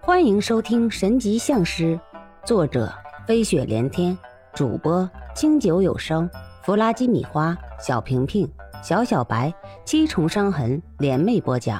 欢迎收听神级相师，作者飞雪连天，主播清酒有声，弗拉基米花，小平平，小小白，七重伤痕联袂播讲。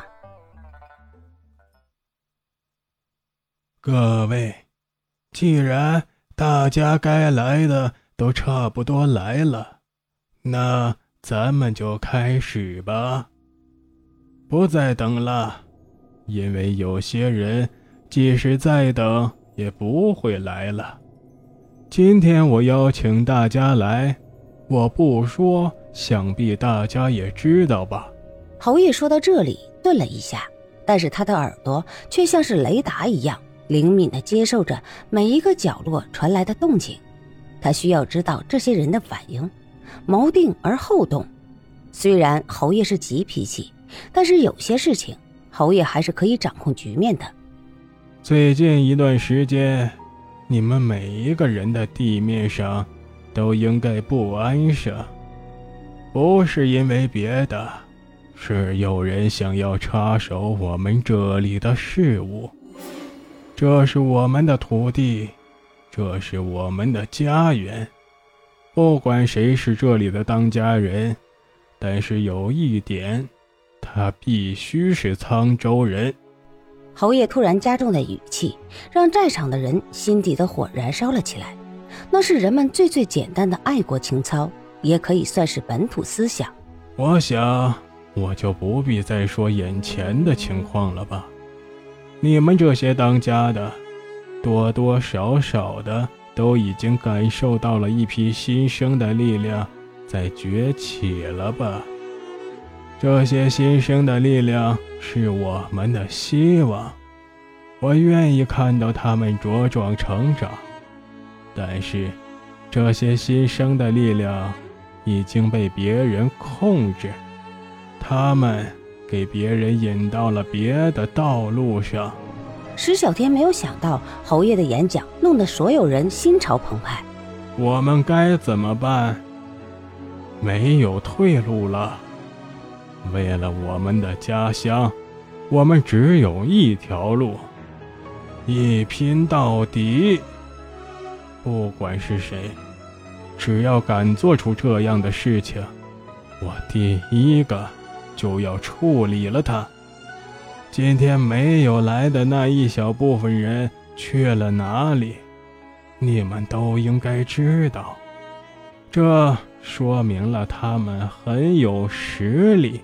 各位，既然大家该来的都差不多来了，那咱们就开始吧。不再等了，因为有些人即使再等也不会来了。今天我邀请大家来，我不说，想必大家也知道吧。 侯爷说到这里顿了一下，但是他的耳朵却像是雷达一样灵敏地接受着每一个角落传来的动静。他需要知道这些人的反应，谋定而后动。虽然侯爷是急脾气，但是有些事情侯爷还是可以掌控局面的。 最近一段时间，你们每一个人的地面上都应该不安生，不是因为别的，是有人想要插手我们这里的事务。这是我们的土地，这是我们的家园，不管谁是这里的当家人，但是有一点，他必须是沧州人。 侯爷突然加重的语气，让在场的人心底的火燃烧了起来。那是人们最简单的爱国情操，也可以算是本土思想。 我想，我就不必再说眼前的情况了吧。你们这些当家的，多多少少的都已经感受到了一批新生的力量在崛起了吧。这些新生的力量是我们的希望，我愿意看到他们茁壮成长。但是这些新生的力量已经被别人控制，他们给别人引到了别的道路上。 石小天没有想到侯爷的演讲弄得所有人心潮澎湃。 我们该怎么办？没有退路了。为了我们的家乡，我们只有一条路，一拼到底。不管是谁，只要敢做出这样的事情，我第一个就要处理了他。今天没有来的那一小部分人去了哪里？你们都应该知道，这说明了他们很有实力。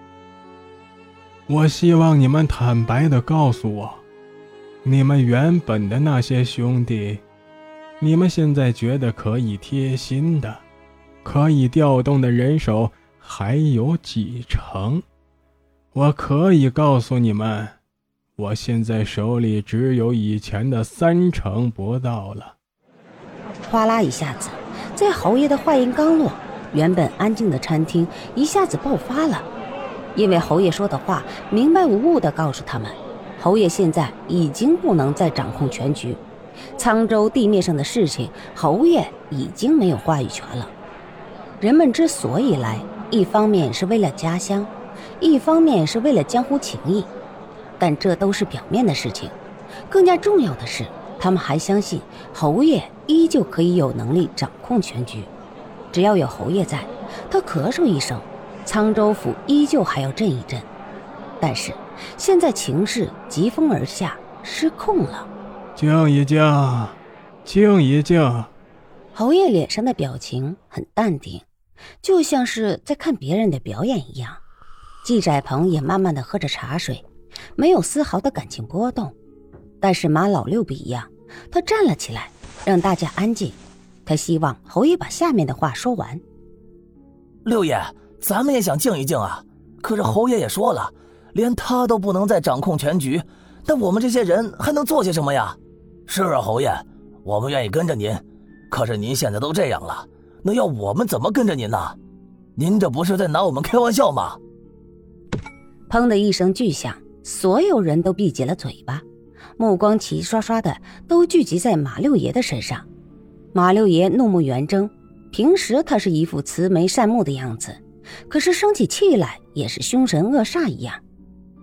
我希望你们坦白地告诉我，你们原本的那些兄弟，你们现在觉得可以贴心的，可以调动的人手还有几成？我可以告诉你们，我现在手里只有以前的3成不到了。 哗啦一下子，在侯爷的话音刚落，原本安静的餐厅一下子爆发了。因为侯爷说的话明白无误地告诉他们，侯爷现在已经不能再掌控全局，沧州地面上的事情侯爷已经没有话语权了。人们之所以来，一方面是为了家乡，一方面是为了江湖情谊，但这都是表面的事情。更加重要的是，他们还相信侯爷依旧可以有能力掌控全局。只要有侯爷在，他咳嗽一声，沧州府依旧还要震一震。但是现在情势疾风而下，失控了。 静一静，静一静。 侯爷脸上的表情很淡定，就像是在看别人的表演一样。季载鹏也慢慢地喝着茶水，没有丝毫的感情波动。但是马老六不一样，他站了起来，让大家安静。他希望侯爷把下面的话说完。 六爷，咱们也想静一静啊，可是侯爷也说了，连他都不能再掌控全局，但我们这些人还能做些什么呀？是啊，侯爷，我们愿意跟着您，可是您现在都这样了，那要我们怎么跟着您呢？您这不是在拿我们开玩笑吗？ 砰的一声巨响，所有人都闭紧了嘴巴，目光齐刷刷的都聚集在马六爷的身上。马六爷怒目圆睁，平时他是一副慈眉善目的样子，可是生起气来也是凶神恶煞一样。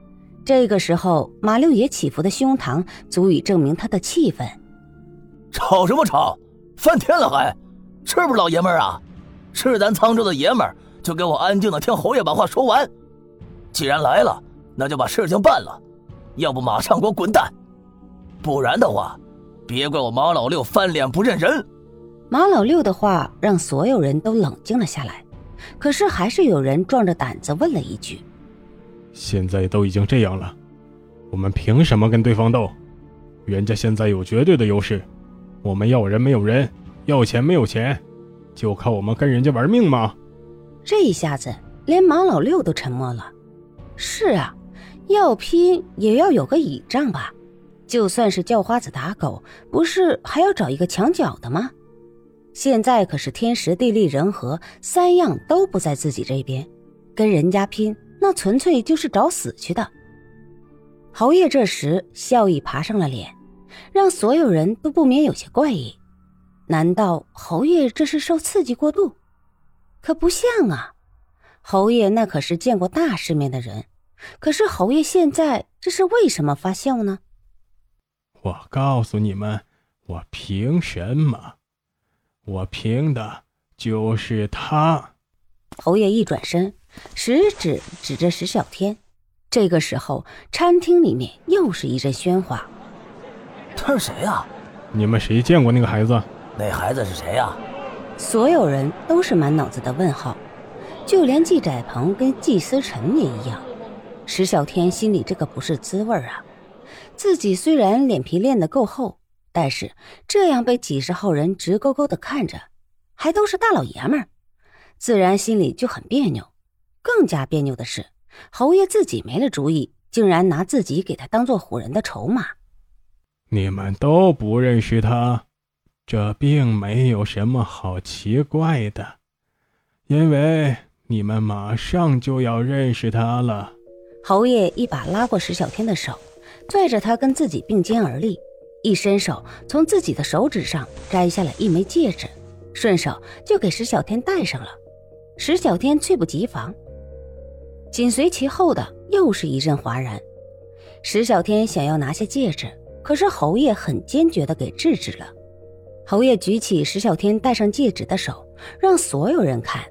这个时候，马六爷起伏的胸膛足以证明他的气愤。 吵什么吵？翻天了还？是不是老爷们儿啊？是咱沧州的爷们儿，就给我安静的听侯爷把话说完。既然来了，那就把事情办了，要不马上给我滚蛋，不然的话，别怪我马老六翻脸不认人。 马老六的话让所有人都冷静了下来，可是还是有人壮着胆子问了一句： 现在都已经这样了，我们凭什么跟对方斗？人家现在有绝对的优势，我们要人没有人，要钱没有钱，就靠我们跟人家玩命吗？ 这一下子连马老六都沉默了。是啊，要拼也要有个倚仗吧，就算是叫花子打狗，不是还要找一个墙角的吗？现在可是天时地利人和三样都不在自己这边，跟人家拼那纯粹就是找死去的。侯爷这时笑意爬上了脸，让所有人都不免有些怪异。难道侯爷这是受刺激过度？可不像啊，侯爷那可是见过大世面的人，可是侯爷现在这是为什么发笑呢？ 我告诉你们，我凭什么？我凭的就是他。 侯爷一转身，食指指着石小天。这个时候，餐厅里面又是一阵喧哗。 他是谁呀？ 你们谁见过那个孩子？ 那孩子是谁呀？ 所有人都是满脑子的问号，就连季载鹏跟季思辰也一样。石小天心里这个不是滋味啊！自己虽然脸皮练得够厚，但是这样被几十号人直勾勾的看着，还都是大老爷们儿，自然心里就很别扭。更加别扭的是，侯爷自己没了主意，竟然拿自己给他当做唬人的筹码。 你们都不认识他，这并没有什么好奇怪的，因为你们马上就要认识他了。 侯爷一把拉过石小天的手，拽着他跟自己并肩而立，一伸手从自己的手指上摘下了一枚戒指，顺手就给石小天戴上了。石小天猝不及防，紧随其后的又是一阵哗然。石小天想要拿下戒指，可是侯爷很坚决地给制止了。侯爷举起石小天戴上戒指的手，让所有人看。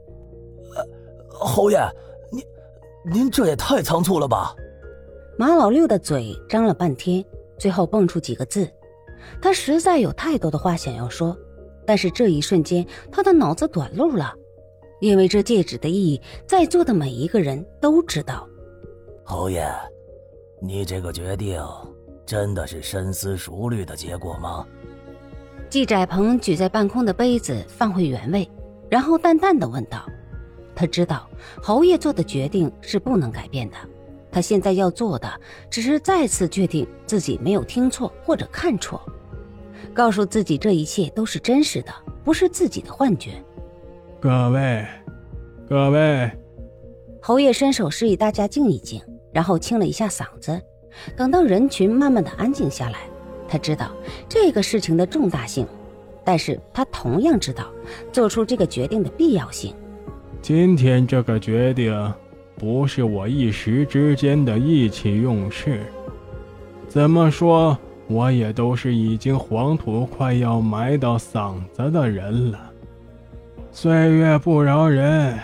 侯爷，您这也太仓促了吧？ 马老六的嘴张了半天，最后蹦出几个字。他实在有太多的话想要说，但是这一瞬间他的脑子短路了，因为这戒指的意义在座的每一个人都知道。 侯爷，你这个决定真的是深思熟虑的结果吗？ 季载鹏举在半空的杯子放回原位，然后淡淡地问道。他知道侯爷做的决定是不能改变的，他现在要做的只是再次确定自己没有听错或者看错，告诉自己这一切都是真实的，不是自己的幻觉。 各位， 侯爷伸手示意大家静一静，然后清了一下嗓子。等到人群慢慢的安静下来，他知道这个事情的重大性，但是他同样知道做出这个决定的必要性。 今天这个决定不是我一时之间的意气用事，怎么说我也都是已经黄土快要埋到嗓子的人了。岁月不饶人，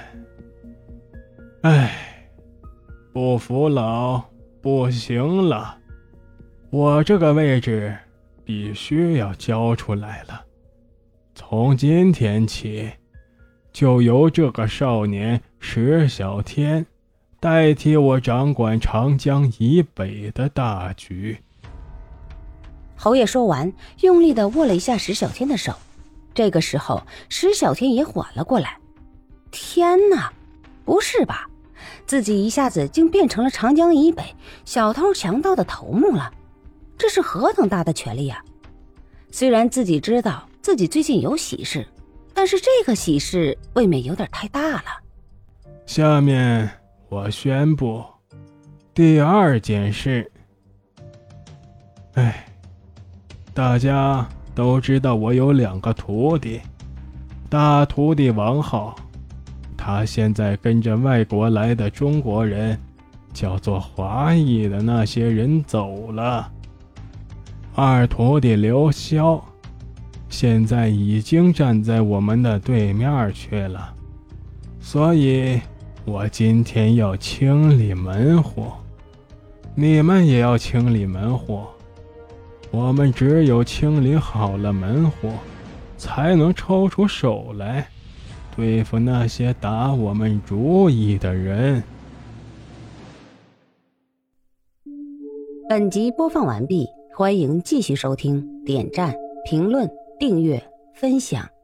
不服老不行了，我这个位置必须要交出来了。从今天起，就由这个少年石小天代替我掌管长江以北的大局。 侯爷说完，用力地握了一下石小天的手。这个时候，石小天也缓了过来。天哪，不是吧？自己一下子竟变成了长江以北小偷强盗的头目了，这是何等大的权力啊！虽然自己知道自己最近有喜事，但是这个喜事未免有点太大了。 下面我宣布第二件事。大家都知道我有2个徒弟，大徒弟王浩，他现在跟着外国来的中国人叫做华裔的那些人走了，二徒弟刘潇现在已经站在我们的对面去了，所以我今天要清理门户，你们也要清理门户。我们只有清理好了门户，才能抽出手来对付那些打我们主意的人。 本集播放完毕，欢迎继续收听，点赞、评论、订阅、分享。